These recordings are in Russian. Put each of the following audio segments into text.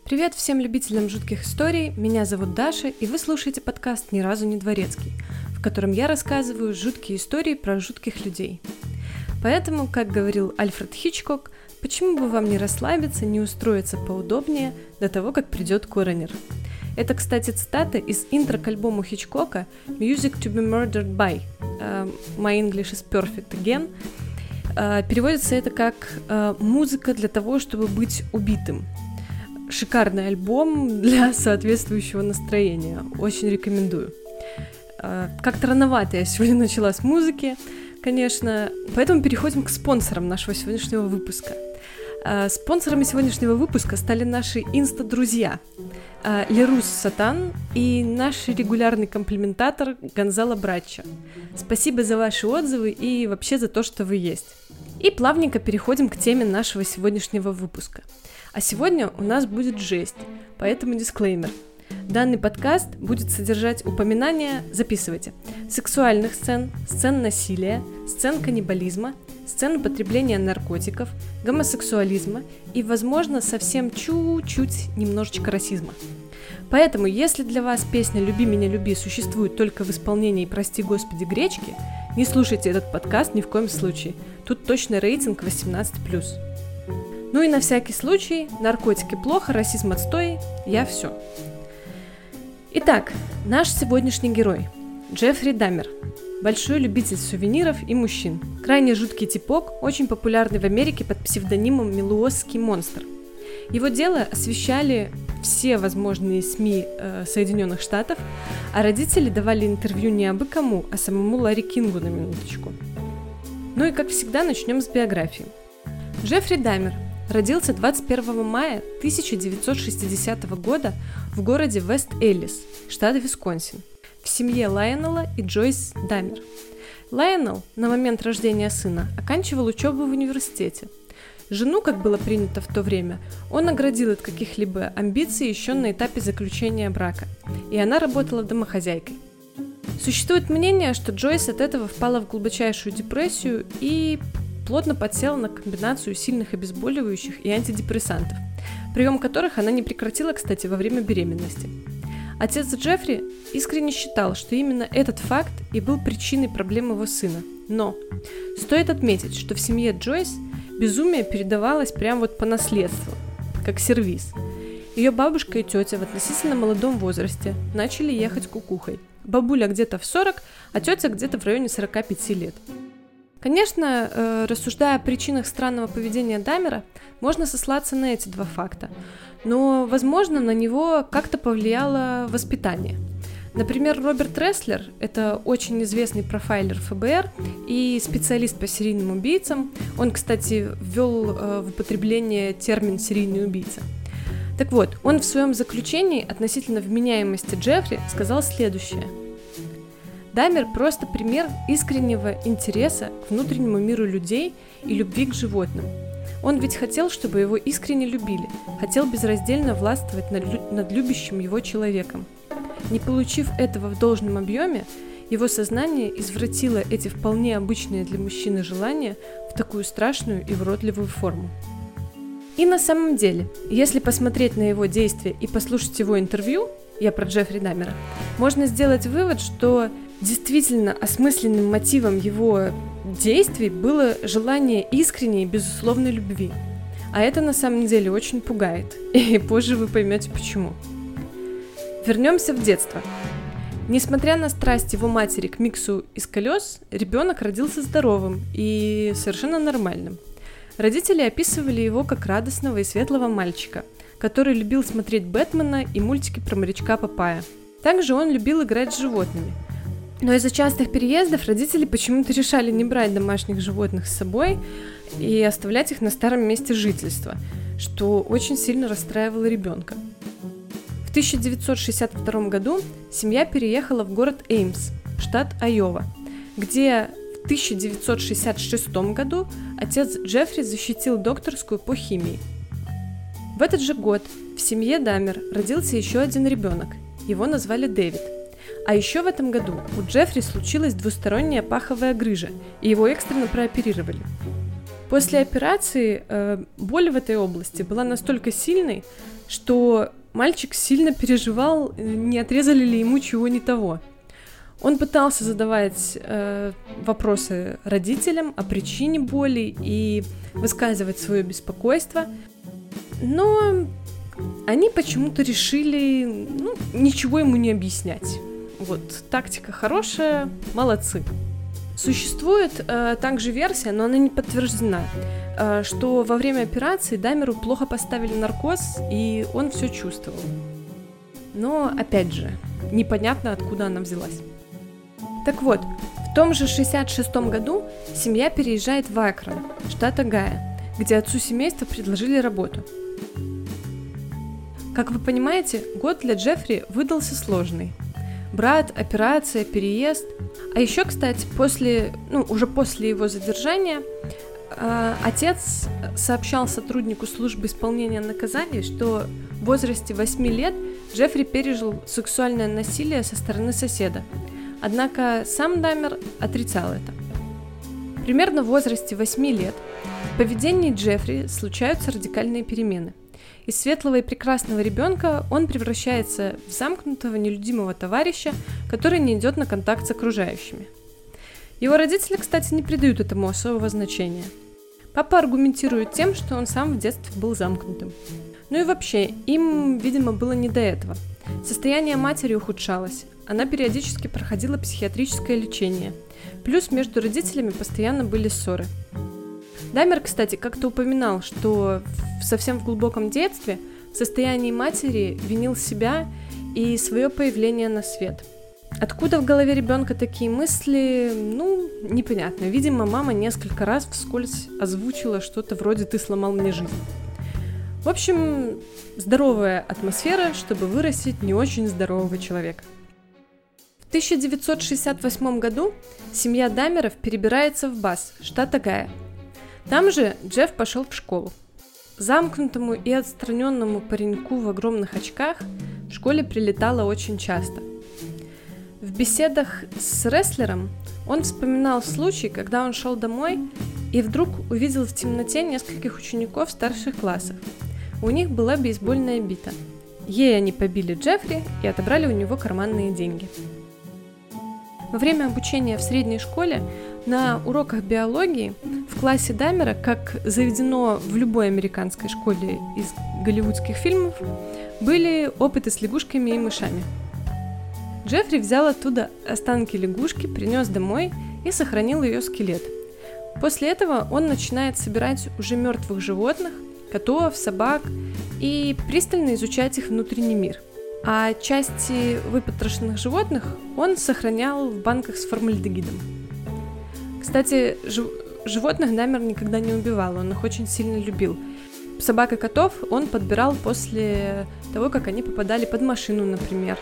Привет всем любителям жутких историй, меня зовут Даша, и вы слушаете подкаст «Ни разу не дворецкий», в котором я рассказываю жуткие истории про жутких людей. Поэтому, как говорил Альфред Хичкок, почему бы вам не расслабиться, не устроиться поудобнее до того, как придет коронер. Это, кстати, цитата из интро к альбому Хичкока «Music to be murdered by». My English is perfect again. Переводится это как «музыка для того, чтобы быть убитым». Шикарный альбом для соответствующего настроения. Очень рекомендую. Как-то рановато я сегодня начала с музыки, конечно, поэтому переходим к спонсорам нашего сегодняшнего выпуска. Спонсорами сегодняшнего выпуска стали наши инста-друзья Лерус Сатан и наш регулярный комплиментатор Гонзало Браччо. Спасибо за ваши отзывы и вообще за то, что вы есть. И плавненько переходим к теме нашего сегодняшнего выпуска. А сегодня у нас будет жесть, поэтому дисклеймер. Данный подкаст будет содержать упоминания, записывайте, сексуальных сцен, сцен насилия, сцен каннибализма, сцен употребления наркотиков, гомосексуализма и, возможно, совсем чуть-чуть немножечко расизма. Поэтому, если для вас песня «Люби меня, люби» существует только в исполнении «Прости, Господи, гречки», не слушайте этот подкаст ни в коем случае. Тут точно рейтинг 18+. Ну и на всякий случай, наркотики плохо, расизм отстой, я все. Итак, наш сегодняшний герой – Джеффри Даммер. Большой любитель сувениров и мужчин. Крайне жуткий типок, очень популярный в Америке под псевдонимом Милуозский монстр. Его дело освещали все возможные СМИ Соединенных Штатов, а родители давали интервью не абы кому, а самому Ларри Кингу на минуточку. Ну и как всегда начнем с биографии. Джеффри Даммер родился 21 мая 1960 года в городе Вест-Эллис, штат Висконсин, в семье Лайонела и Джойс Даммер. Лайонел на момент рождения сына оканчивал учебу в университете. Жену, как было принято в то время, он наградил от каких-либо амбиций еще на этапе заключения брака, и она работала домохозяйкой. Существует мнение, что Джойс от этого впала в глубочайшую депрессию и плотно подсела на комбинацию сильных обезболивающих и антидепрессантов, прием которых она не прекратила, кстати, во время беременности. Отец Джеффри искренне считал, что именно этот факт и был причиной проблем его сына. Но стоит отметить, что в семье Джойс безумие передавалось прямо вот по наследству, как сервиз. Ее бабушка и тетя в относительно молодом возрасте начали ехать кукухой. Бабуля где-то в 40, а тетя где-то в районе 45 лет. Конечно, рассуждая о причинах странного поведения Даммера, можно сослаться на эти два факта, но, возможно, на него как-то повлияло воспитание. Например, Роберт Реслер, это очень известный профайлер ФБР и специалист по серийным убийцам, он, кстати, ввел в употребление термин «серийный убийца». Так вот, он в своем заключении относительно вменяемости Джеффри сказал следующее. Даммер просто пример искреннего интереса к внутреннему миру людей и любви к животным. Он ведь хотел, чтобы его искренне любили, хотел безраздельно властвовать над любящим его человеком. Не получив этого в должном объеме, его сознание извратило эти вполне обычные для мужчины желания в такую страшную и уродливую форму. И на самом деле, если посмотреть на его действия и послушать его интервью, я про Джеффри Даммера, можно сделать вывод, что действительно осмысленным мотивом его действий было желание искренней и безусловной любви. А это на самом деле очень пугает, и позже вы поймете почему. Вернемся в детство. Несмотря на страсть его матери к миксу из колес, ребенок родился здоровым и совершенно нормальным. Родители описывали его как радостного и светлого мальчика, который любил смотреть Бэтмена и мультики про морячка Попая. Также он любил играть с животными. Но из-за частых переездов родители почему-то решали не брать домашних животных с собой и оставлять их на старом месте жительства, что очень сильно расстраивало ребенка. В 1962 году семья переехала в город Эймс, штат Айова, где в 1966 году отец Джеффри защитил докторскую по химии. В этот же год в семье Даммер родился еще один ребенок, его назвали Дэвид. А еще в этом году у Джеффри случилась двусторонняя паховая грыжа, и его экстренно прооперировали. После операции боль в этой области была настолько сильной, что мальчик сильно переживал, не отрезали ли ему чего не того. Он пытался задавать вопросы родителям о причине боли и высказывать свое беспокойство, но они почему-то решили, ничего ему не объяснять. Вот, тактика хорошая, молодцы. Существует также версия, но она не подтверждена, что во время операции Дамеру плохо поставили наркоз, и он все чувствовал. Но, опять же, непонятно, откуда она взялась. Так вот, в том же 1966 году семья переезжает в Акрон, штат Огайо, где отцу семейства предложили работу. Как вы понимаете, год для Джеффри выдался сложный. Брат, операция, переезд. А еще, кстати, уже после его задержания, отец сообщал сотруднику службы исполнения наказаний, что в возрасте 8 лет Джеффри пережил сексуальное насилие со стороны соседа. Однако сам Дамер отрицал это. Примерно в возрасте 8 лет в поведении Джеффри случаются радикальные перемены. Из светлого и прекрасного ребенка он превращается в замкнутого, нелюдимого товарища, который не идет на контакт с окружающими. Его родители, кстати, не придают этому особого значения. Папа аргументирует тем, что он сам в детстве был замкнутым. Ну и вообще, им, видимо, было не до этого. Состояние матери ухудшалось, она периодически проходила психиатрическое лечение. Плюс между родителями постоянно были ссоры. Дамер, кстати, как-то упоминал, что совсем в глубоком детстве в состоянии матери винил себя и свое появление на свет. Откуда в голове ребенка такие мысли, непонятно. Видимо, мама несколько раз вскользь озвучила что-то вроде «ты сломал мне жизнь». В общем, здоровая атмосфера, чтобы вырастить не очень здорового человека. В 1968 году семья Дамеров перебирается в Бас, штат Огайо. Там же Джефф пошел в школу. Замкнутому и отстраненному пареньку в огромных очках в школе прилетало очень часто. В беседах с рестлером он вспоминал случай, когда он шел домой и вдруг увидел в темноте нескольких учеников в старших классах. У них была бейсбольная бита. Ей они побили Джеффри и отобрали у него карманные деньги. Во время обучения в средней школе на уроках биологии в классе Дамера, как заведено в любой американской школе из голливудских фильмов, были опыты с лягушками и мышами. Джеффри взял оттуда останки лягушки, принес домой и сохранил ее скелет. После этого он начинает собирать уже мертвых животных, котов, собак и пристально изучать их внутренний мир. А части выпотрошенных животных он сохранял в банках с формальдегидом. Кстати, животных Дамер никогда не убивал, он их очень сильно любил. Собак и котов он подбирал после того, как они попадали под машину, например.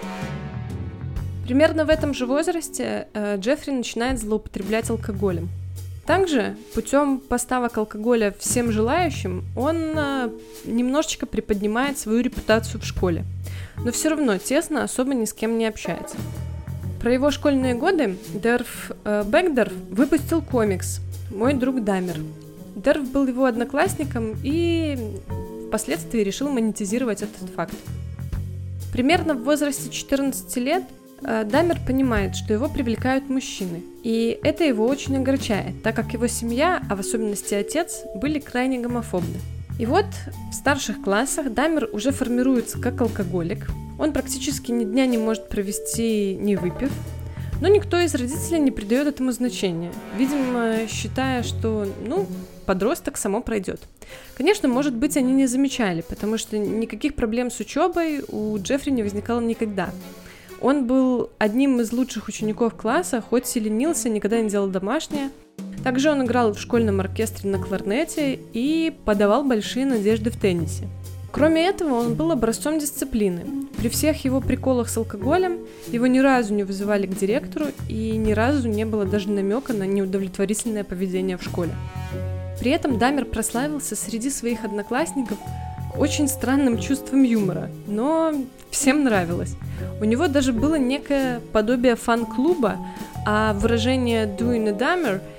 Примерно в этом же возрасте Джеффри начинает злоупотреблять алкоголем. Также путем поставок алкоголя всем желающим он немножечко приподнимает свою репутацию в школе, но все равно тесно особо ни с кем не общается. Про его школьные годы Дерв Бэгдерф выпустил комикс «Мой друг Дамер». Дерв был его одноклассником и впоследствии решил монетизировать этот факт. Примерно в возрасте 14 лет Дамер понимает, что его привлекают мужчины, и это его очень огорчает, так как его семья, а в особенности отец, были крайне гомофобны. И вот в старших классах Дамер уже формируется как алкоголик, он практически ни дня не может провести, не выпив, но никто из родителей не придает этому значения, видимо, считая, что, подросток само пройдет. Конечно, может быть, они не замечали, потому что никаких проблем с учебой у Джеффри не возникало никогда. Он был одним из лучших учеников класса, хоть и ленился, никогда не делал домашнее. Также он играл в школьном оркестре на кларнете и подавал большие надежды в теннисе. Кроме этого, он был образцом дисциплины. При всех его приколах с алкоголем его ни разу не вызывали к директору и ни разу не было даже намека на неудовлетворительное поведение в школе. При этом Дамер прославился среди своих одноклассников очень странным чувством юмора, но всем нравилось. У него даже было некое подобие фан-клуба, а выражение «doing a Dahmer»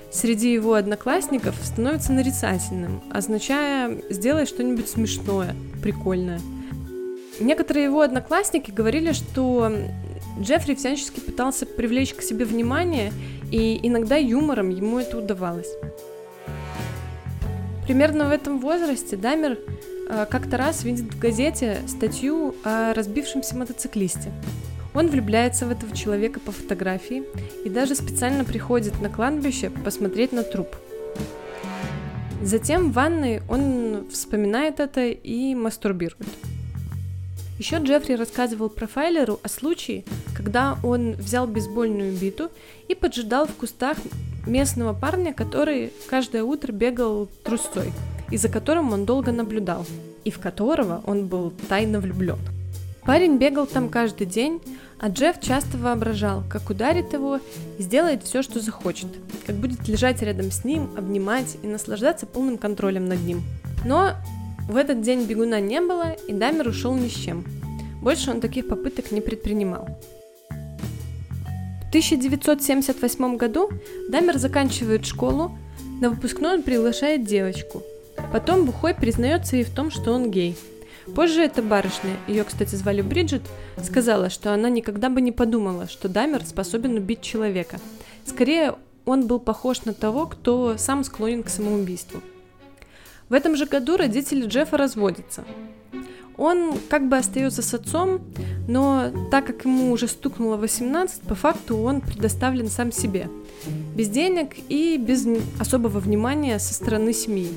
среди его одноклассников становится нарицательным, означая «сделай что-нибудь смешное, прикольное». Некоторые его одноклассники говорили, что Джеффри всячески пытался привлечь к себе внимание, и иногда юмором ему это удавалось. Примерно в этом возрасте Дамер как-то раз видит в газете статью о разбившемся мотоциклисте. Он влюбляется в этого человека по фотографии и даже специально приходит на кладбище посмотреть на труп. Затем в ванной он вспоминает это и мастурбирует. Еще Джеффри рассказывал профайлеру о случае, когда он взял бейсбольную биту и поджидал в кустах местного парня, который каждое утро бегал трусцой, и за которым он долго наблюдал, и в которого он был тайно влюблен. Парень бегал там каждый день, а Джефф часто воображал, как ударит его и сделает все, что захочет, как будет лежать рядом с ним, обнимать и наслаждаться полным контролем над ним. Но в этот день бегуна не было, и Дамер ушел ни с чем. Больше он таких попыток не предпринимал. В 1978 году Дамер заканчивает школу, на выпускной он приглашает девочку. Потом бухой признается ей в том, что он гей. Позже эта барышня, ее, кстати, звали Бриджит, сказала, что она никогда бы не подумала, что Дамер способен убить человека. Скорее, он был похож на того, кто сам склонен к самоубийству. В этом же году родители Джеффа разводятся. Он как бы остается с отцом, но так как ему уже стукнуло 18, по факту он предоставлен сам себе, без денег и без особого внимания со стороны семьи.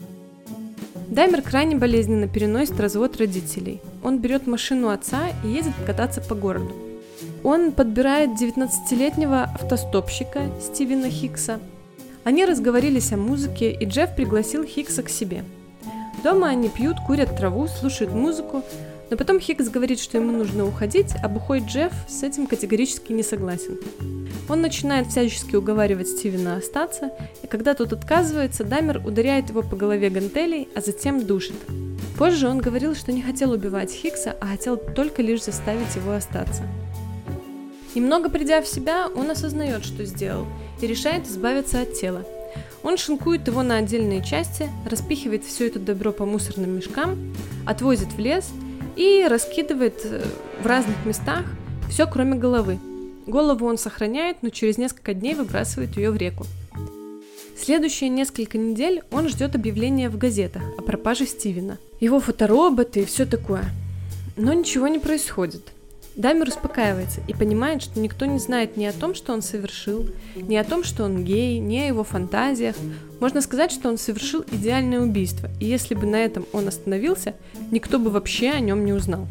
Дамер крайне болезненно переносит развод родителей. Он берет машину отца и едет кататься по городу. Он подбирает 19-летнего автостопщика Стивена Хикса. Они разговорились о музыке, и Джефф пригласил Хикса к себе. Дома они пьют, курят траву, слушают музыку, но потом Хикс говорит, что ему нужно уходить, а бухой Джефф с этим категорически не согласен. Он начинает всячески уговаривать Стивена остаться, и когда тот отказывается, Дамер ударяет его по голове гантелей, а затем душит. Позже он говорил, что не хотел убивать Хикса, а хотел только лишь заставить его остаться. Немного придя в себя, он осознает, что сделал, и решает избавиться от тела. Он шинкует его на отдельные части, распихивает все это добро по мусорным мешкам, отвозит в лес и раскидывает в разных местах все, кроме головы. Голову он сохраняет, но через несколько дней выбрасывает ее в реку. Следующие несколько недель он ждет объявления в газетах о пропаже Стивена, его фотороботы и все такое. Но ничего не происходит. Дамер успокаивается и понимает, что никто не знает ни о том, что он совершил, ни о том, что он гей, ни о его фантазиях. Можно сказать, что он совершил идеальное убийство, и если бы на этом он остановился, никто бы вообще о нем не узнал.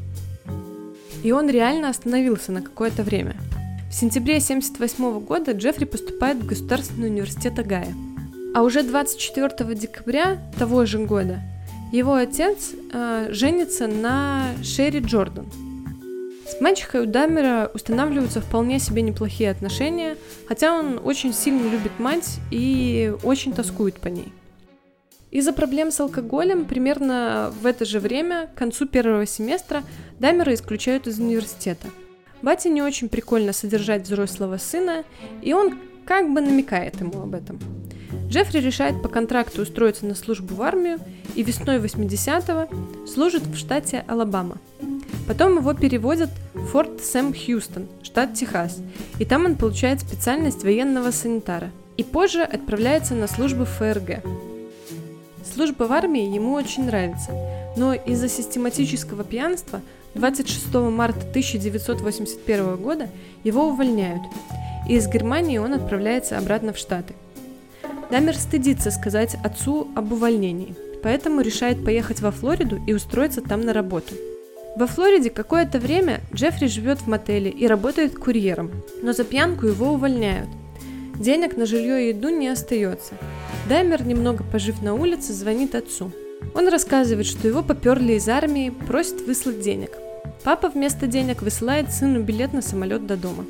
И он реально остановился на какое-то время. В сентябре 1978 года Джеффри поступает в Государственный университет Огайо. А уже 24 декабря того же года его отец женится на Шерри Джордан. С мачехой у Дамера устанавливаются вполне себе неплохие отношения, хотя он очень сильно любит мать и очень тоскует по ней. Из-за проблем с алкоголем примерно в это же время, к концу первого семестра, Дамера исключают из университета. Бате не очень прикольно содержать взрослого сына, и он как бы намекает ему об этом. Джеффри решает по контракту устроиться на службу в армию и весной 80-го служит в штате Алабама. Потом его переводят в Форт Сэм Хьюстон, штат Техас, и там он получает специальность военного санитара. И позже отправляется на службу в ФРГ. Служба в армии ему очень нравится, но из-за систематического пьянства 26 марта 1981 года его увольняют, и из Германии он отправляется обратно в Штаты. Дамер стыдится сказать отцу об увольнении, поэтому решает поехать во Флориду и устроиться там на работу. Во Флориде какое-то время Джеффри живет в мотеле и работает курьером, но за пьянку его увольняют. Денег на жилье и еду не остается. Дамер, немного пожив на улице, звонит отцу. Он рассказывает, что его поперли из армии, просит выслать денег. Папа вместо денег высылает сыну билет на самолет до дома.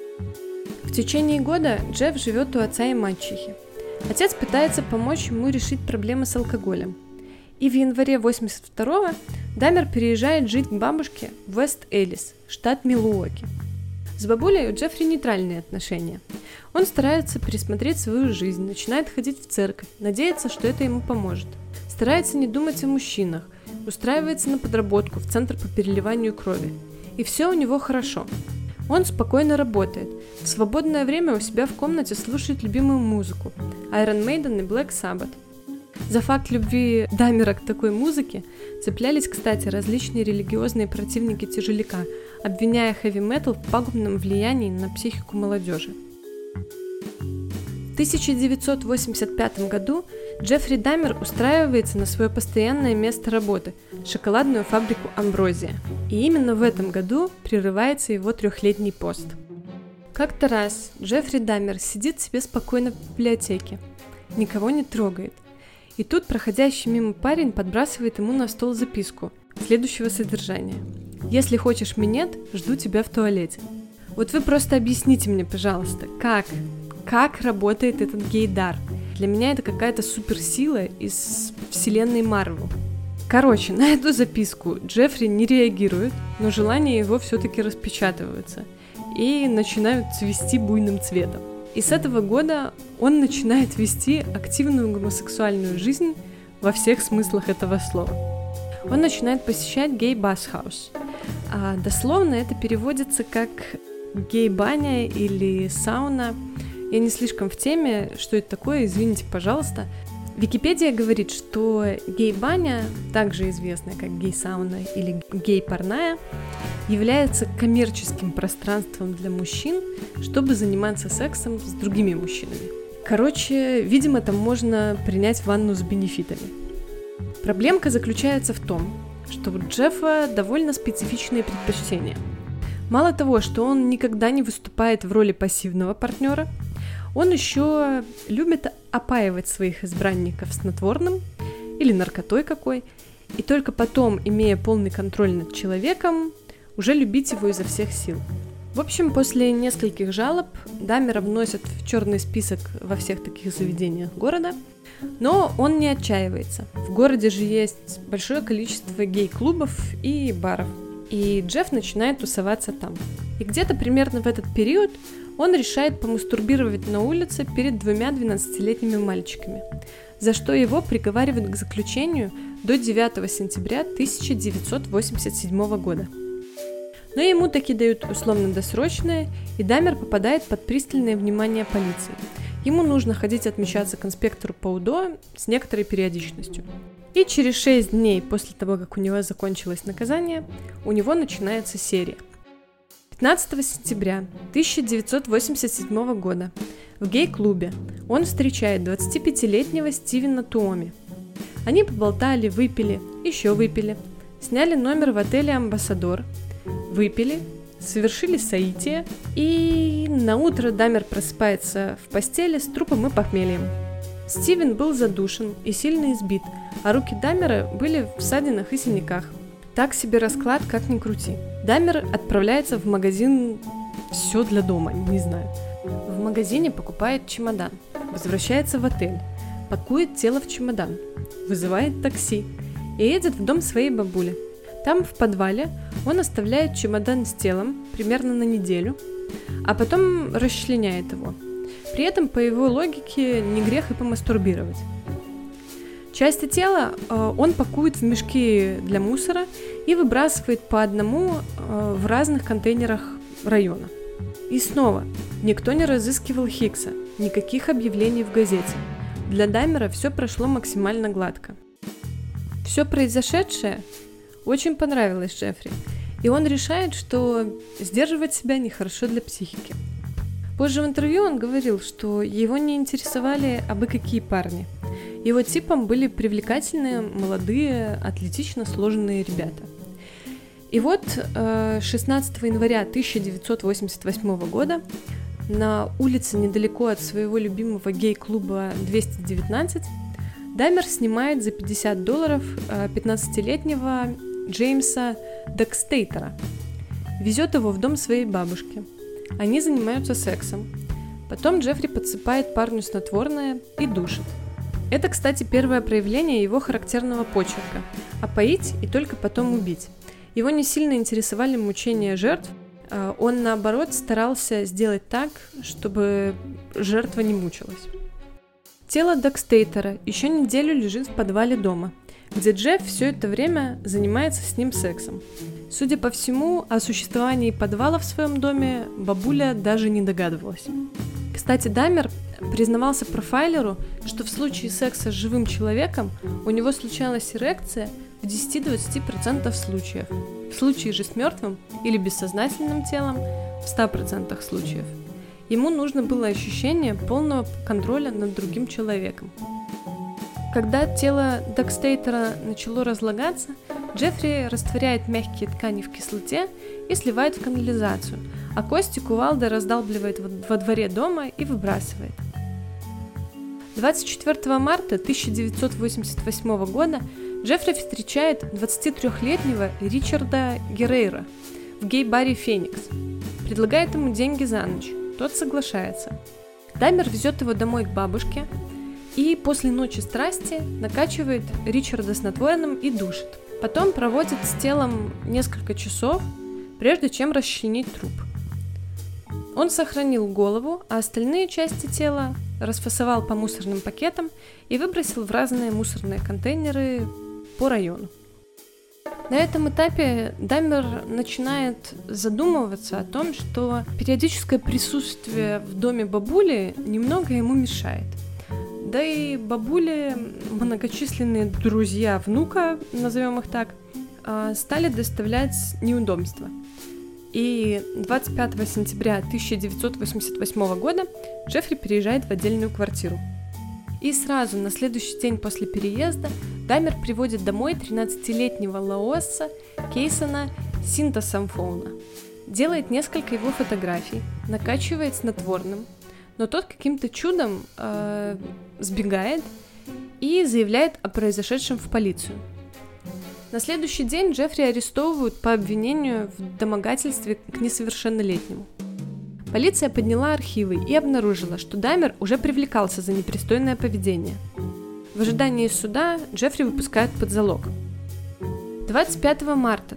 В течение года Джефф живет у отца и мачехи. Отец пытается помочь ему решить проблемы с алкоголем. И в январе 82-го Дамер переезжает жить к бабушке в Вест-Элис, штат Милуоки. С бабулей у Джеффри нейтральные отношения. Он старается пересмотреть свою жизнь, начинает ходить в церковь, надеется, что это ему поможет. Старается не думать о мужчинах, устраивается на подработку в центр по переливанию крови. И все у него хорошо. Он спокойно работает. В свободное время у себя в комнате слушает любимую музыку – Iron Maiden и Black Sabbath. За факт любви Даммера к такой музыке цеплялись, кстати, различные религиозные противники тяжеляка, обвиняя хэви-метал в пагубном влиянии на психику молодежи. В 1985 году Джеффри Даммер устраивается на свое постоянное место работы – шоколадную фабрику «Амброзия». И именно в этом году прерывается его 3-летний пост. Как-то раз Джеффри Даммер сидит себе спокойно в библиотеке, никого не трогает. И тут проходящий мимо парень подбрасывает ему на стол записку следующего содержания. «Если хочешь минет, жду тебя в туалете». Вот вы просто объясните мне, пожалуйста, как работает этот гейдар? Для меня это какая-то суперсила из вселенной Марвел. Короче, на эту записку Джеффри не реагирует, но желания его все-таки распечатываются и начинают цвести буйным цветом. И с этого года он начинает вести активную гомосексуальную жизнь во всех смыслах этого слова. Он начинает посещать гей-бас-хаус. А дословно это переводится как гей-баня или сауна. Я не слишком в теме, что это такое, извините, пожалуйста. Википедия говорит, что гей-баня, также известная как гей-сауна или гей-парная, является коммерческим пространством для мужчин, чтобы заниматься сексом с другими мужчинами. Короче, видимо, там можно принять ванну с бенефитами. Проблемка заключается в том, что у Джеффа довольно специфичные предпочтения. Мало того, что он никогда не выступает в роли пассивного партнера, он еще любит опаивать своих избранников снотворным или наркотой какой, и только потом, имея полный контроль над человеком, уже любить его изо всех сил. В общем, после нескольких жалоб Даммера вносят в черный список во всех таких заведениях города, но он не отчаивается. В городе же есть большое количество гей-клубов и баров, и Джефф начинает тусоваться там. И где-то примерно в этот период он решает помастурбировать на улице перед 2 12-летними мальчиками, за что его приговаривают к заключению до 9 сентября 1987 года. Но ему таки дают условно-досрочное, и Даммер попадает под пристальное внимание полиции. Ему нужно ходить отмечаться к инспектору по УДО с некоторой периодичностью. И через 6 дней после того, как у него закончилось наказание, у него начинается серия. 15 сентября 1987 года в гей-клубе он встречает 25-летнего Стивена Туоми. Они поболтали, выпили, еще выпили, сняли номер в отеле «Амбассадор», выпили, совершили соитие, и на утро Даммер просыпается в постели с трупом и похмельем. Стивен был задушен и сильно избит, а руки Даммера были в ссадинах и синяках. Так себе расклад, как ни крути. Даммер отправляется в магазин «Все для дома», не знаю. В магазине покупает чемодан, возвращается в отель, пакует тело в чемодан, вызывает такси и едет в дом своей бабули. Там, в подвале, он оставляет чемодан с телом примерно на неделю, а потом расчленяет его. При этом, по его логике, не грех и помастурбировать. Части тела он пакует в мешки для мусора и выбрасывает по одному в разных контейнерах района. И снова, никто не разыскивал Хикса, никаких объявлений в газете. Для Даммера все прошло максимально гладко. Все произошедшее очень понравилось Джеффри, и он решает, что сдерживать себя нехорошо для психики. Позже в интервью он говорил, что его не интересовали абы какие парни. Его типом были привлекательные, молодые, атлетично сложенные ребята. И вот 16 января 1988 года на улице недалеко от своего любимого гей-клуба 219 Даммер снимает за $50 15-летнего Джеймса Декстейтера, везет его в дом своей бабушки. Они занимаются сексом. Потом Джеффри подсыпает парню снотворное и душит. Это, кстати, первое проявление его характерного почерка – опоить и только потом убить. Его не сильно интересовали мучения жертв, он, наоборот, старался сделать так, чтобы жертва не мучилась. Тело Декстейтера еще неделю лежит в подвале дома, где Джефф все это время занимается с ним сексом. Судя по всему, о существовании подвала в своем доме бабуля даже не догадывалась. Кстати, Даммер признавался профайлеру, что в случае секса с живым человеком у него случалась эрекция в 10-20% случаев. В случае же с мертвым или бессознательным телом в 100% случаев. Ему нужно было ощущение полного контроля над другим человеком. Когда тело Декстейтера начало разлагаться, Джеффри растворяет мягкие ткани в кислоте и сливает в канализацию, а кости кувалдой раздалбливает во дворе дома и выбрасывает. 24 марта 1988 года Джеффри встречает 23-летнего Ричарда Геррейра в гей-баре «Феникс». Предлагает ему деньги за ночь. Тот соглашается. Даммер везет его домой к бабушке и после ночи страсти накачивает Ричарда снотворным и душит. Потом проводит с телом несколько часов, прежде чем расчленить труп. Он сохранил голову, а остальные части тела расфасовал по мусорным пакетам и выбросил в разные мусорные контейнеры по району. На этом этапе Даммер начинает задумываться о том, что периодическое присутствие в доме бабули немного ему мешает. Да и бабуле многочисленные друзья внука, назовем их так, стали доставлять неудобства. И 25 сентября 1988 года Джеффри переезжает в отдельную квартиру. И сразу на следующий день после переезда Даммер приводит домой 13-летнего лаосца Кейсона Синтасамфоуна. Делает несколько его фотографий, накачивает снотворным, но тот каким-то чудом сбегает и заявляет о произошедшем в полицию. На следующий день Джеффри арестовывают по обвинению в домогательстве к несовершеннолетнему. Полиция подняла архивы и обнаружила, что Даммер уже привлекался за непристойное поведение. В ожидании суда Джеффри выпускают под залог. 25 марта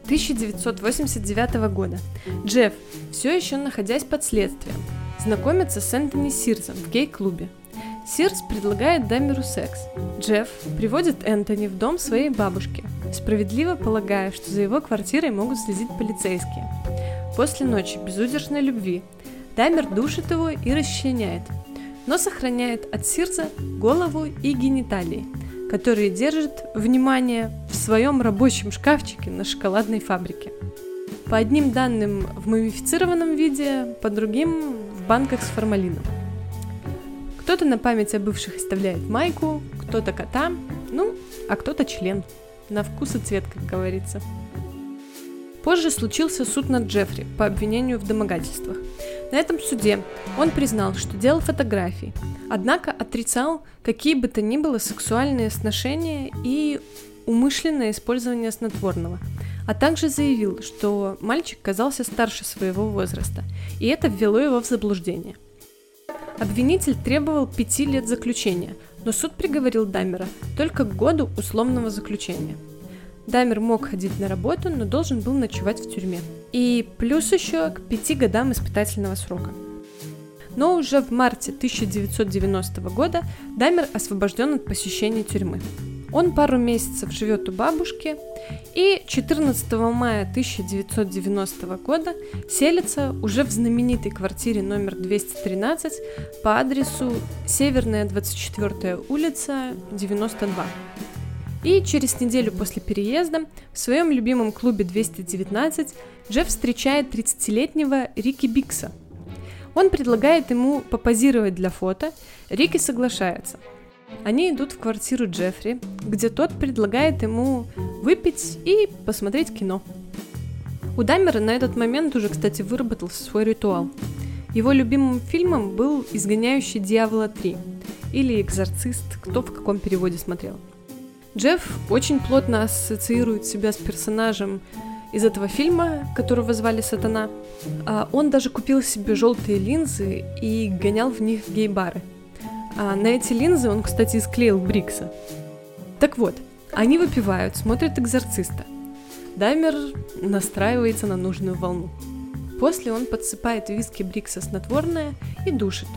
1989 года Джефф, все еще находясь под следствием, знакомится с Энтони Сирсом в гей-клубе. Сирс предлагает Даммеру секс. Джефф приводит Энтони в дом своей бабушки, справедливо полагая, что за его квартирой могут следить полицейские. После ночи безудержной любви Даммер душит его и расчленяет, но сохраняет от Сирса голову и гениталии, которые держит, внимание, в своем рабочем шкафчике на шоколадной фабрике. По одним данным в мумифицированном виде, по другим в банках с формалином. Кто-то на память о бывших оставляет майку, кто-то кота, а кто-то член. На вкус и цвет, как говорится. Позже случился суд над Джеффри по обвинению в домогательствах. На этом суде он признал, что делал фотографии, однако отрицал какие бы то ни было сексуальные сношения и умышленное использование снотворного, а также заявил, что мальчик казался старше своего возраста, и это ввело его в заблуждение. Обвинитель требовал 5 лет заключения, но суд приговорил Даммера только к году условного заключения. Даммер мог ходить на работу, но должен был ночевать в тюрьме. И плюс еще к 5 годам испытательного срока. Но уже в марте 1990 года Даммер освобожден от посещения тюрьмы. Он пару месяцев живет у бабушки и 14 мая 1990 года селится уже в знаменитой квартире номер 213 по адресу Северная 24-я улица, 92. И через неделю после переезда в своем любимом клубе 219 Джефф встречает 30-летнего Рики Бикса. Он предлагает ему попозировать для фото, Рики соглашается. Они идут в квартиру Джеффри, где тот предлагает ему выпить и посмотреть кино. У Даммера на этот момент уже, кстати, выработался свой ритуал. Его любимым фильмом был «Изгоняющий дьявола 3» или «Экзорцист», кто в каком переводе смотрел. Джефф очень плотно ассоциирует себя с персонажем из этого фильма, которого звали Сатана. Он даже купил себе желтые линзы и гонял в них в гей-бары. А на эти линзы он, кстати, склеил Брикса. Так вот, они выпивают, смотрят «Экзорциста». Даммер настраивается на нужную волну. После он подсыпает в виски Брикса снотворное и душит.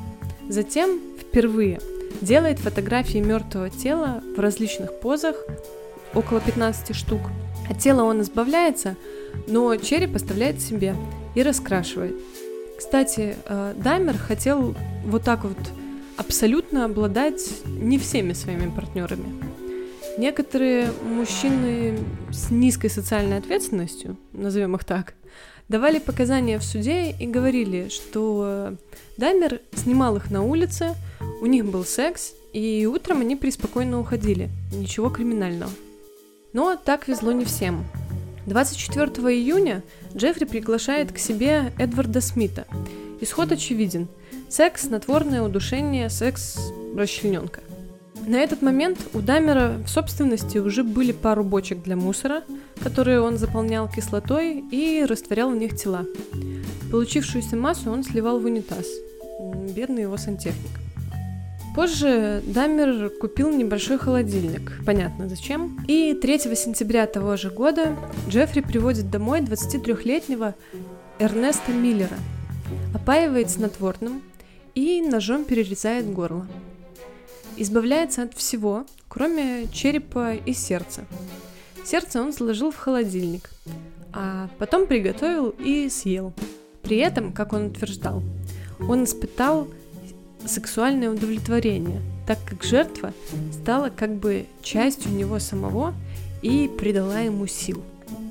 Затем впервые делает фотографии мертвого тела в различных позах, около 15 штук. От тела он избавляется, но череп оставляет себе и раскрашивает. Кстати, Даймер хотел вот так вот абсолютно обладать не всеми своими партнерами. Некоторые мужчины с низкой социальной ответственностью, назовем их так, давали показания в суде и говорили, что Даймер снимал их на улице, у них был секс, и утром они преспокойно уходили, ничего криминального. Но так везло не всем. 24 июня Джеффри приглашает к себе Эдварда Смита. Исход очевиден. Секс, снотворное удушение, секс, расчлененка. На этот момент у Даймера в собственности уже были пару бочек для мусора, которые он заполнял кислотой и растворял в них тела. Получившуюся массу он сливал в унитаз. Бедный его сантехник. Позже Даймер купил небольшой холодильник, понятно зачем, и 3 сентября того же года Джеффри приводит домой 23-летнего Эрнеста Миллера, опаивает снотворным и ножом перерезает горло. Избавляется от всего, кроме черепа и сердца. Сердце он сложил в холодильник, а потом приготовил и съел. При этом, как он утверждал, он испытал сексуальное удовлетворение, так как жертва стала как бы частью него самого и придала ему сил.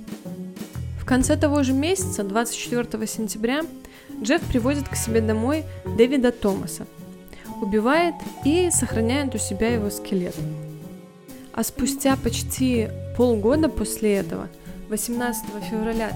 В конце того же месяца, 24 сентября, Джефф приводит к себе домой Дэвида Томаса, убивает и сохраняет у себя его скелет. А спустя почти полгода после этого, 18 февраля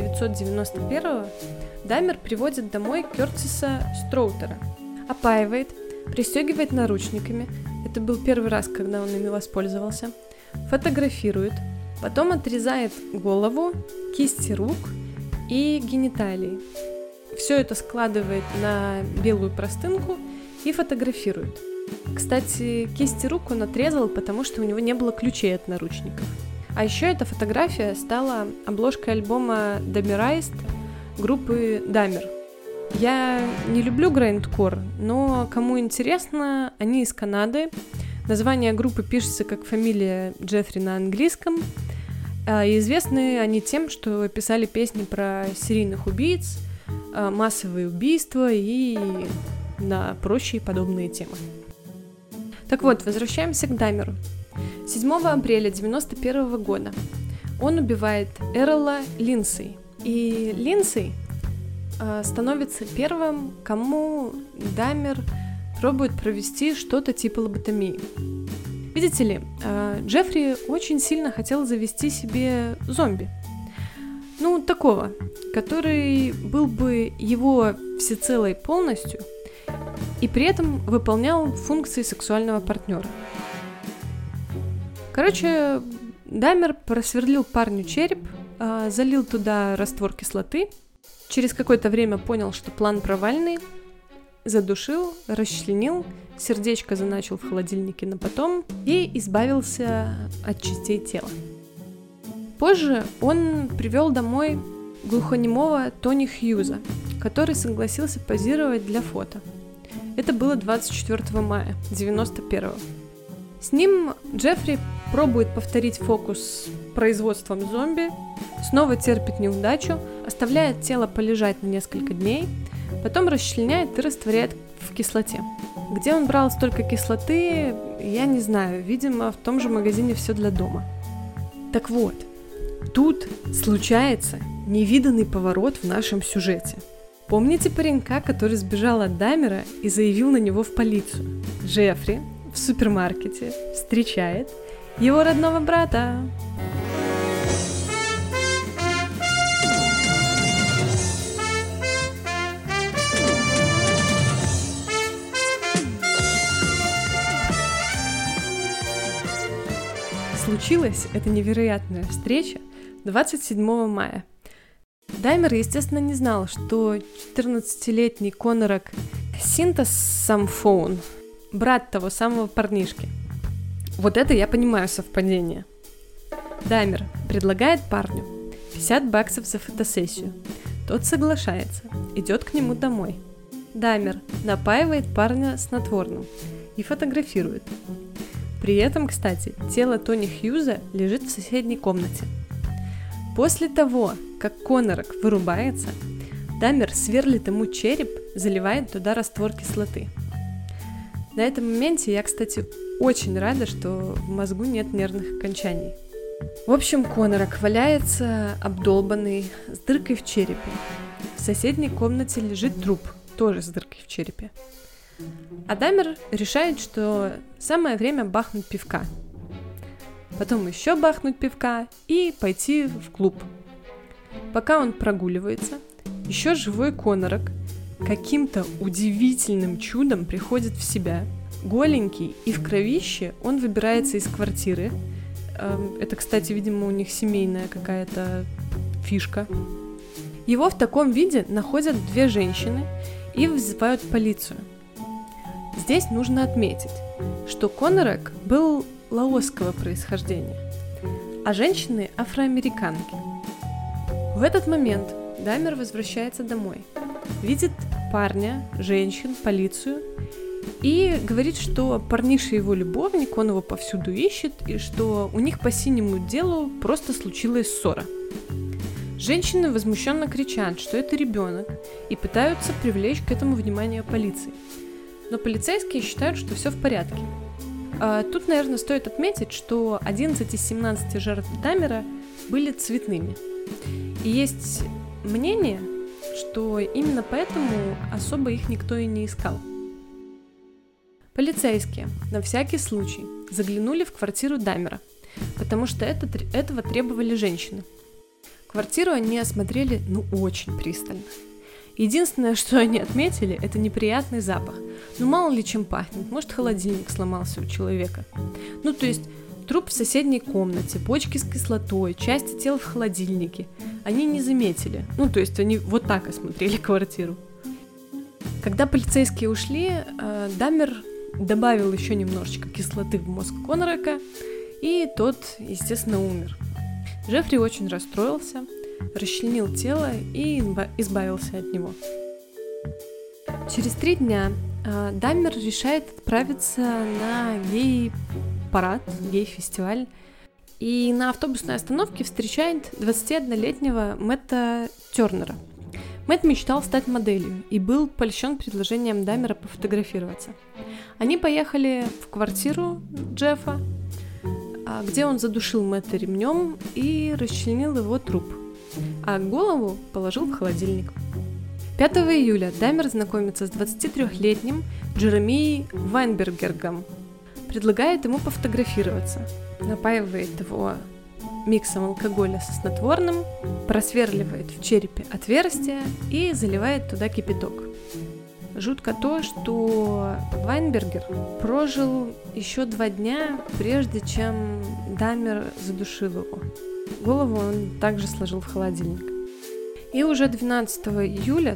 1991, Даймер приводит домой Кертиса Строутера, опаивает, пристегивает наручниками, это был первый раз, когда он ими воспользовался, фотографирует, потом отрезает голову, кисти рук и гениталии. Все это складывает на белую простынку и фотографирует. Кстати, кисти рук он отрезал, потому что у него не было ключей от наручников. А еще эта фотография стала обложкой альбома Дамерайст группы Дамер. Я не люблю грайндкор, но кому интересно, они из Канады. Название группы пишется как фамилия Джеффри на английском. И известны они тем, что писали песни про серийных убийц, массовые убийства и на прочие подобные темы. Так вот, возвращаемся к Даймеру. 7 апреля 1991 года он убивает Эрла Линдсей. И Линдсей становится первым, кому Даймер пробует провести что-то типа лоботомии. Видите ли, Джеффри очень сильно хотел завести себе зомби. Ну, такого, который был бы его всецело и полностью, и при этом выполнял функции сексуального партнера. Короче, Даймер просверлил парню череп, залил туда раствор кислоты, через какое-то время понял, что план провальный, задушил, расчленил, сердечко заначил в холодильнике на потом и избавился от частей тела. Позже он привел домой глухонемого Тони Хьюза, который согласился позировать для фото. Это было 24 мая 1991. С ним Джеффри пробует повторить фокус с производством зомби, снова терпит неудачу, оставляет тело полежать на несколько дней, потом расчленяет и растворяет в кислоте. Где он брал столько кислоты, я не знаю, видимо, в том же магазине «Все для дома». Так вот, тут случается невиданный поворот в нашем сюжете. Помните паренька, который сбежал от Даймера и заявил на него в полицию? Джеффри в супермаркете встречает его родного брата. Случилась эта невероятная встреча 27 мая. Даймер, естественно, не знал, что 14-летний Конорак Синтас Самфоун, брат того самого парнишки. Вот это я понимаю совпадение. Даймер предлагает парню $50 за фотосессию. Тот соглашается, идет к нему домой. Даммер напаивает парня снотворным и фотографирует. При этом, кстати, тело Тони Хьюза лежит в соседней комнате. После того, как Конорок вырубается, Даммер сверлит ему череп, заливает туда раствор кислоты. На этом моменте я, кстати, очень рада, что в мозгу нет нервных окончаний. В общем, Конорок валяется обдолбанный, с дыркой в черепе. В соседней комнате лежит труп, тоже с дыркой в черепе. А Даммер решает, что самое время бахнуть пивка. Потом еще бахнуть пивка и пойти в клуб. Пока он прогуливается, еще живой Конорок каким-то удивительным чудом приходит в себя. Голенький и в кровище он выбирается из квартиры. Это, кстати, видимо, у них семейная какая-то фишка. Его в таком виде находят две женщины и вызывают полицию. Здесь нужно отметить, что Конорок был лаосского происхождения, а женщины афроамериканки. В этот момент Даммер возвращается домой, видит парня, женщин, полицию и говорит, что парниша его любовник, он его повсюду ищет, и что у них по синему делу просто случилась ссора. Женщины возмущенно кричат, что это ребенок, и пытаются привлечь к этому внимание полиции. Но полицейские считают, что все в порядке. Тут, наверное, стоит отметить, что 11 из 17 жертв Даммера были цветными. И есть мнение, что именно поэтому особо их никто и не искал. Полицейские на всякий случай заглянули в квартиру Даммера, потому что этого требовали женщины. Квартиру они осмотрели, очень пристально. Единственное, что они отметили, это неприятный запах. Мало ли чем пахнет, может, холодильник сломался у человека. То есть труп в соседней комнате, бочки с кислотой, части тела в холодильнике. Они не заметили. То есть они вот так осмотрели квартиру. Когда полицейские ушли, Даммер добавил еще немножечко кислоты в мозг Конорока, и тот, естественно, умер. Джеффри очень расстроился, расчленил тело и избавился от него. Через 3 дня Даммер решает отправиться на гей-парад, гей-фестиваль, и на автобусной остановке встречает 21-летнего Мэтта Тернера. Мэтт мечтал стать моделью и был польщен предложением Даммера пофотографироваться. Они поехали в квартиру Джеффа, где он задушил Мэтта ремнем и расчленил его труп, а голову положил в холодильник. 5 июля Даммер знакомится с 23-летним Джеремией Вайнбергергом, предлагает ему пофотографироваться, напаивает его миксом алкоголя со снотворным, просверливает в черепе отверстие и заливает туда кипяток. Жутко то, что Вайнбергер прожил еще 2 дня, прежде чем Даммер задушил его. Голову он также сложил в холодильник. И уже 12 июля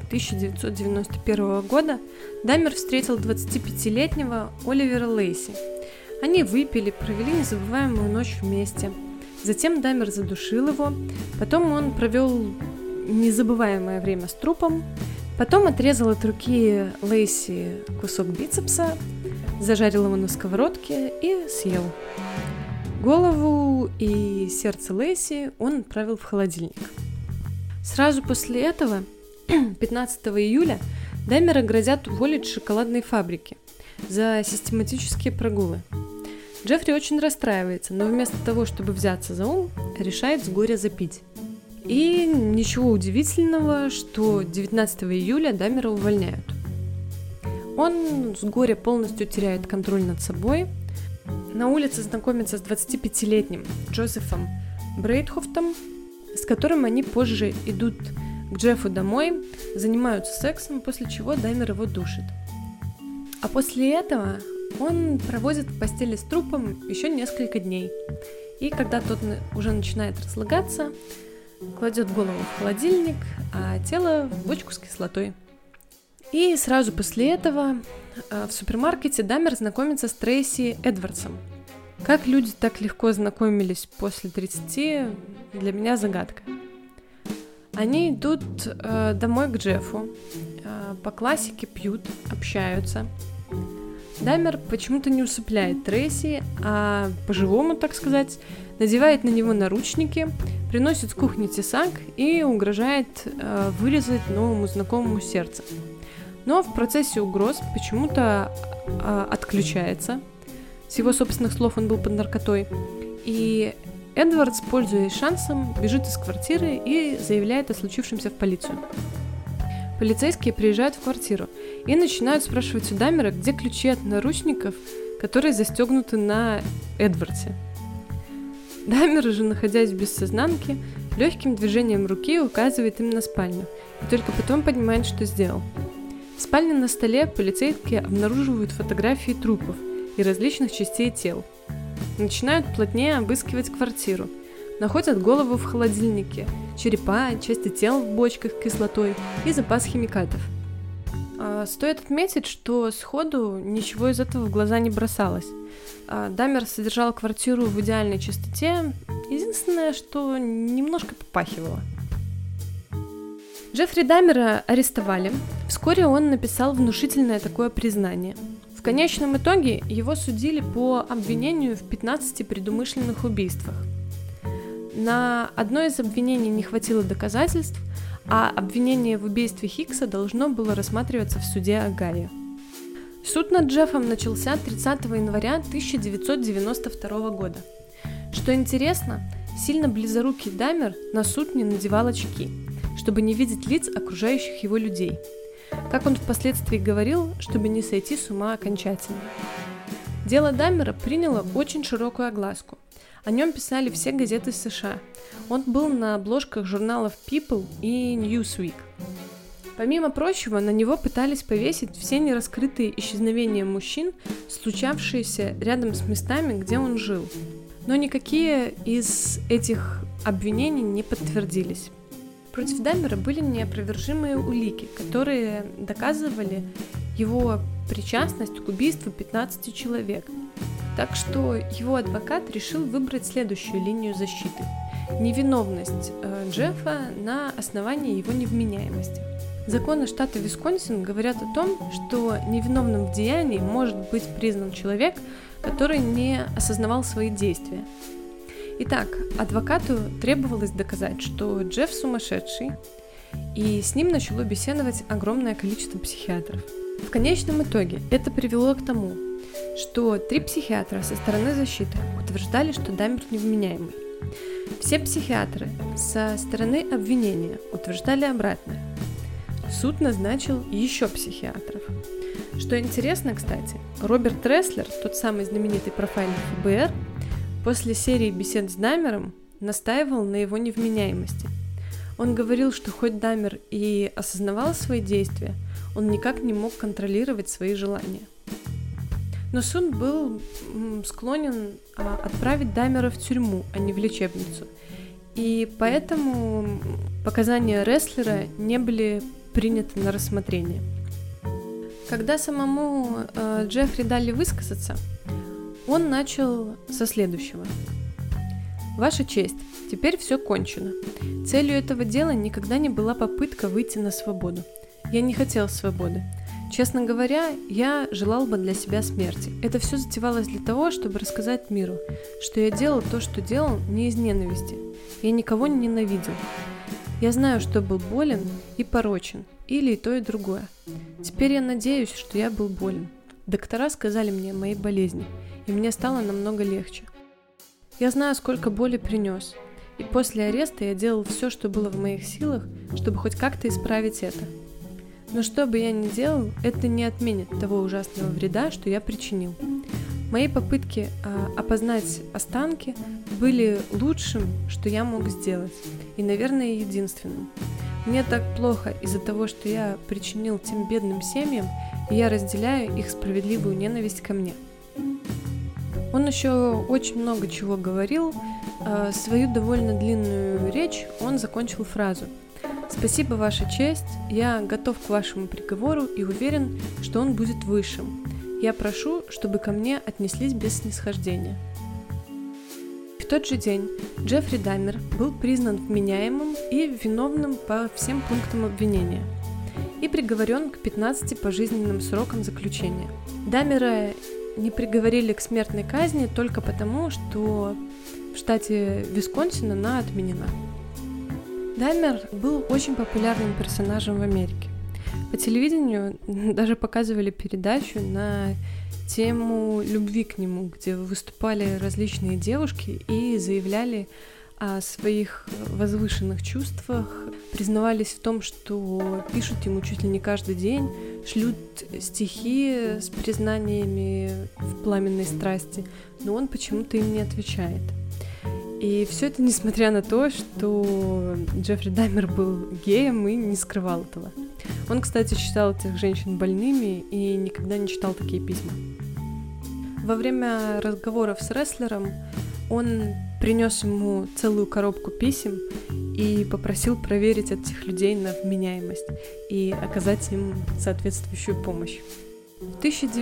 1991 года Даммер встретил 25-летнего Оливера Лейси. Они выпили, провели незабываемую ночь вместе. Затем Даммер задушил его, потом он провел незабываемое время с трупом, потом отрезал от руки Лейси кусок бицепса, зажарил его на сковородке и съел. Голову и сердце Лейси он отправил в холодильник. Сразу после этого, 15 июля, Даммера грозят уволить с шоколадной фабрики за систематические прогулы. Джеффри очень расстраивается, но вместо того, чтобы взяться за ум, решает с горя запить. И ничего удивительного, что 19 июля Даммера увольняют. Он с горя полностью теряет контроль над собой. На улице знакомится с 25-летним Джозефом Брейтхофтом, с которым они позже идут к Джеффу домой, занимаются сексом, после чего Даммер его душит. А после этого он проводит в постели с трупом еще несколько дней. И когда тот уже начинает разлагаться, кладет голову в холодильник, а тело в бочку с кислотой. И сразу после этого в супермаркете Даммер знакомится с Трейси Эдвардсом. Как люди так легко знакомились после 30, для меня загадка. Они идут домой к Джеффу, по классике пьют, общаются. Даймер почему-то не усыпляет Трейси, а по-живому, так сказать, надевает на него наручники, приносит с кухни тесак и угрожает вырезать новому знакомому сердце. Но в процессе угроз почему-то отключается. С его собственных слов он был под наркотой. И Эдвардс, пользуясь шансом, бежит из квартиры и заявляет о случившемся в полицию. Полицейские приезжают в квартиру и начинают спрашивать у Даймера, где ключи от наручников, которые застегнуты на Эдвардсе. Даймер же, находясь в бессознанке, легким движением руки указывает им на спальню и только потом понимает, что сделал. В спальне на столе полицейские обнаруживают фотографии трупов и различных частей тел. Начинают плотнее обыскивать квартиру. Находят голову в холодильнике, черепа, части тел в бочках с кислотой и запас химикатов. Стоит отметить, что сходу ничего из этого в глаза не бросалось. Даймер содержал квартиру в идеальной чистоте, единственное, что немножко попахивало. Джеффри Даймера арестовали. Вскоре он написал внушительное такое признание. В конечном итоге его судили по обвинению в 15 предумышленных убийствах. На одно из обвинений не хватило доказательств, а обвинение в убийстве Хикса должно было рассматриваться в суде Огайо. Суд над Джеффом начался 30 января 1992 года. Что интересно, сильно близорукий Даймер на суд не надевал очки, чтобы не видеть лиц окружающих его людей. Как он впоследствии говорил, чтобы не сойти с ума окончательно. Дело Даймера приняло очень широкую огласку. О нем писали все газеты США. Он был на обложках журналов People и Newsweek. Помимо прочего, на него пытались повесить все нераскрытые исчезновения мужчин, случавшиеся рядом с местами, где он жил. Но никакие из этих обвинений не подтвердились. Против Даймера были неопровержимые улики, которые доказывали его причастность к убийству 15 человек. Так что его адвокат решил выбрать следующую линию защиты – невиновность Джеффа на основании его невменяемости. Законы штата Висконсин говорят о том, что невиновным в деянии может быть признан человек, который не осознавал свои действия. Итак, адвокату требовалось доказать, что Джефф сумасшедший, и с ним начало беседовать огромное количество психиатров. В конечном итоге это привело к тому, что 3 психиатра со стороны защиты утверждали, что Даймер невменяемый. Все психиатры со стороны обвинения утверждали обратное. Суд назначил еще психиатров. Что интересно, кстати, Роберт Реслер, тот самый знаменитый профайлер ФБР, после серии бесед с Даймером настаивал на его невменяемости. Он говорил, что хоть Даймер и осознавал свои действия, он никак не мог контролировать свои желания. Но суд был склонен отправить Даймера в тюрьму, а не в лечебницу. И поэтому показания Реслера не были приняты на рассмотрение. Когда самому Джеффри дали высказаться, он начал со следующего. «Ваша честь, теперь все кончено. Целью этого дела никогда не была попытка выйти на свободу. Я не хотел свободы. Честно говоря, я желал бы для себя смерти. Это все затевалось для того, чтобы рассказать миру, что я делал то, что делал, не из ненависти. Я никого не ненавидел. Я знаю, что был болен и порочен, или и то, и другое. Теперь я надеюсь, что я был болен. Доктора сказали мне о моей болезни, и мне стало намного легче. Я знаю, сколько боли принес, и после ареста я делал все, что было в моих силах, чтобы хоть как-то исправить это. Но что бы я ни делал, это не отменит того ужасного вреда, что я причинил. Мои попытки опознать останки были лучшим, что я мог сделать, и, наверное, единственным. Мне так плохо из-за того, что я причинил тем бедным семьям, и я разделяю их справедливую ненависть ко мне». Он еще очень много чего говорил. Свою довольно длинную речь он закончил фразу: «Спасибо, Ваша честь, я готов к вашему приговору и уверен, что он будет высшим. Я прошу, чтобы ко мне отнеслись без снисхождения». В тот же день Джеффри Даммер был признан вменяемым и виновным по всем пунктам обвинения и приговорен к 15 пожизненным срокам заключения. Даммера не приговорили к смертной казни только потому, что в штате Висконсин она отменена. Даммер был очень популярным персонажем в Америке. По телевидению даже показывали передачу на тему любви к нему, где выступали различные девушки и заявляли о своих возвышенных чувствах, признавались в том, что пишут ему чуть ли не каждый день, шлют стихи с признаниями в пламенной страсти, но он почему-то им не отвечает. И все это несмотря на то, что Джеффри Даммер был геем и не скрывал этого. Он, кстати, считал этих женщин больными и никогда не читал такие письма. Во время разговоров с рестлером он принес ему целую коробку писем и попросил проверить этих людей на вменяемость и оказать им соответствующую помощь. В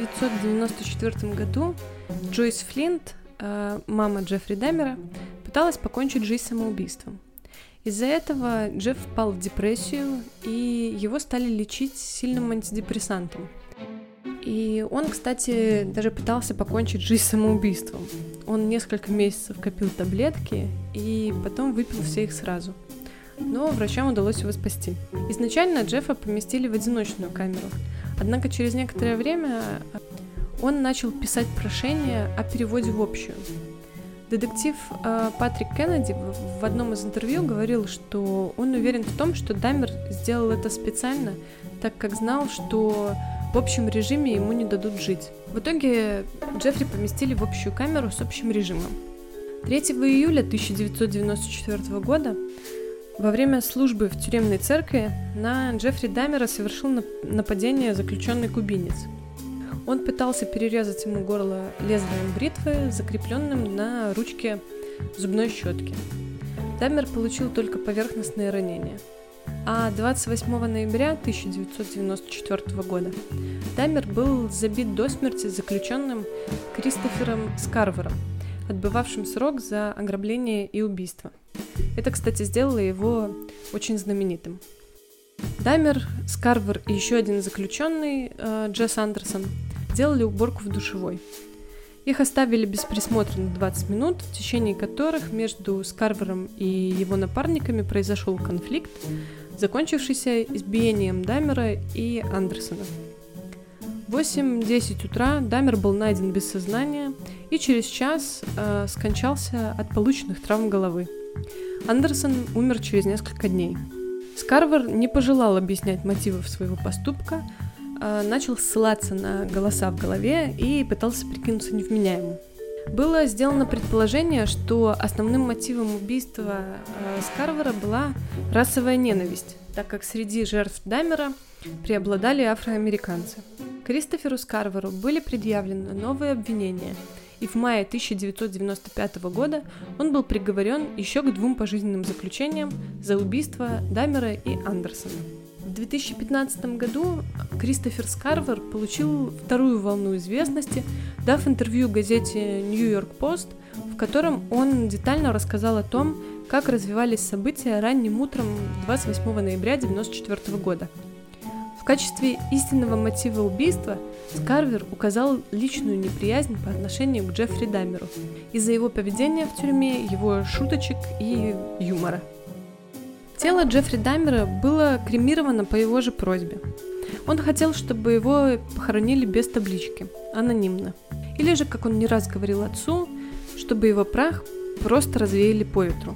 1994 году Джойс Флинт, мама Джеффри Даммера, пыталась покончить жизнь самоубийством. Из-за этого Джефф впал в депрессию, и его стали лечить сильным антидепрессантом. И он, кстати, даже пытался покончить жизнь самоубийством. Он несколько месяцев копил таблетки и потом выпил все их сразу. Но врачам удалось его спасти. Изначально Джеффа поместили в одиночную камеру, однако через некоторое время он начал писать прошение о переводе в общую. Детектив Патрик Кеннеди в одном из интервью говорил, что он уверен в том, что Даммер сделал это специально, так как знал, что в общем режиме ему не дадут жить. В итоге Джеффри поместили в общую камеру с общим режимом. 3 июля 1994 года во время службы в тюремной церкви на Джеффри Даммера совершил нападение заключенный кубинец. Он пытался перерезать ему горло лезвием бритвы, закрепленным на ручке зубной щетки. Даммер получил только поверхностные ранения. А 28 ноября 1994 года Даммер был забит до смерти заключенным Кристофером Скарвером, отбывавшим срок за ограбление и убийство. Это, кстати, сделало его очень знаменитым. Даммер, Скарвер и еще один заключенный, Джесс Андерсон, делали уборку в душевой. Их оставили без присмотра на 20 минут, в течение которых между Скарвером и его напарниками произошел конфликт, закончившийся избиением Даммера и Андерсона. В 8-10 утра Даммер был найден без сознания и через час скончался от полученных травм головы. Андерсон умер через несколько дней. Скарвер не пожелал объяснять мотивов своего поступка, начал ссылаться на голоса в голове и пытался прикинуться невменяемым. Было сделано предположение, что основным мотивом убийства Скарвера была расовая ненависть, так как среди жертв Даммера преобладали афроамериканцы. Кристоферу Скарверу были предъявлены новые обвинения, и в мае 1995 года он был приговорен еще к 2 пожизненным заключениям за убийство Даммера и Андерсона. В 2015 году Кристофер Скарвер получил вторую волну известности, дав интервью газете New York Post, в котором он детально рассказал о том, как развивались события ранним утром 28 ноября 1994 года. В качестве истинного мотива убийства Скарвер указал личную неприязнь по отношению к Джеффри Даммеру из-за его поведения в тюрьме, его шуточек и юмора. Тело Джеффри Даммера было кремировано по его же просьбе. Он хотел, чтобы его похоронили без таблички, анонимно. Или же, как он не раз говорил отцу, чтобы его прах просто развеяли по ветру.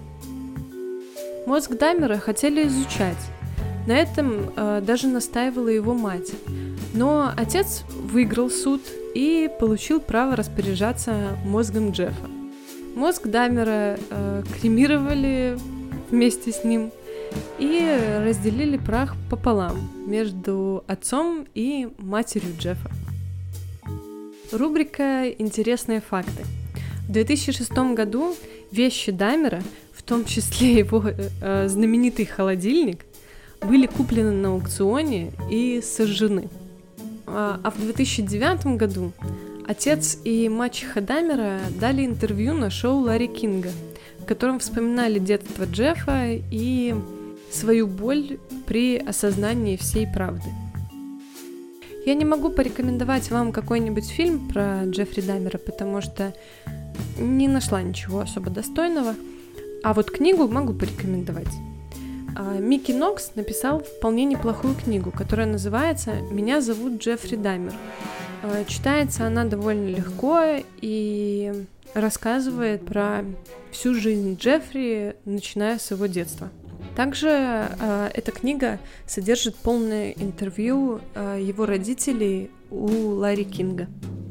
Мозг Даммера хотели изучать. На этом даже настаивала его мать. Но отец выиграл суд и получил право распоряжаться мозгом Джеффа. Мозг Даммера кремировали вместе с ним и разделили прах пополам между отцом и матерью Джеффа. Рубрика «Интересные факты». В 2006 году вещи Даммера, в том числе его знаменитый холодильник, были куплены на аукционе и сожжены. А в 2009 году Отец и мачеха Дамера дали интервью на шоу Ларри Кинга, в котором вспоминали детство Джеффа и свою боль при осознании всей правды. Я не могу порекомендовать вам какой-нибудь фильм про Джеффри Дамера, потому что не нашла ничего особо достойного, а вот книгу могу порекомендовать. Микки Нокс написал вполне неплохую книгу, которая называется «Меня зовут Джеффри Дамер». Читается она довольно легко и рассказывает про всю жизнь Джеффри, начиная с его детства. Также эта книга содержит полное интервью его родителей у Ларри Кинга.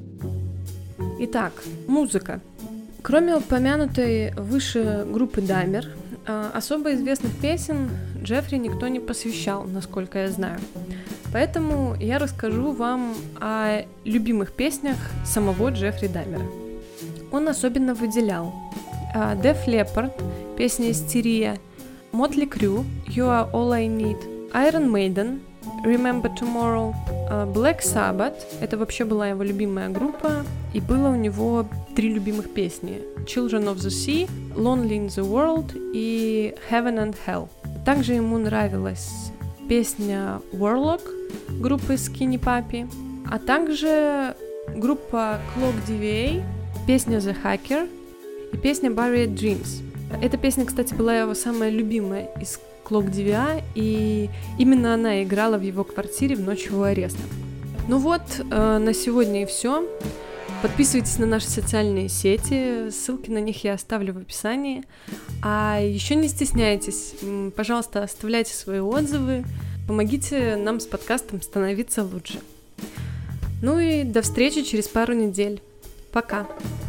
Итак, музыка. Кроме упомянутой выше группы Дамер, особо известных песен Джеффри никто не посвящал, насколько я знаю. Поэтому я расскажу вам о любимых песнях самого Джеффри Дамера. Он особенно выделял Def Leppard, песня «Истерия», Motley Crue, You Are All I Need, Iron Maiden, Remember Tomorrow, Black Sabbath, это вообще была его любимая группа, и было у него 3 любимых песни: Children of the Sea, Lonely in the World и Heaven and Hell. Также ему нравилась песня Warlock группы Skinny Puppy, а также группа Clock DVA, песня The Hacker и песня Buried Dreams. Эта песня, кстати, была его самая любимая из Clock DVA, и именно она играла в его квартире в ночь его ареста. Ну вот, на сегодня и все. Подписывайтесь на наши социальные сети, ссылки на них я оставлю в описании. А еще не стесняйтесь, пожалуйста, оставляйте свои отзывы, помогите нам с подкастом становиться лучше. Ну и до встречи через пару недель. Пока!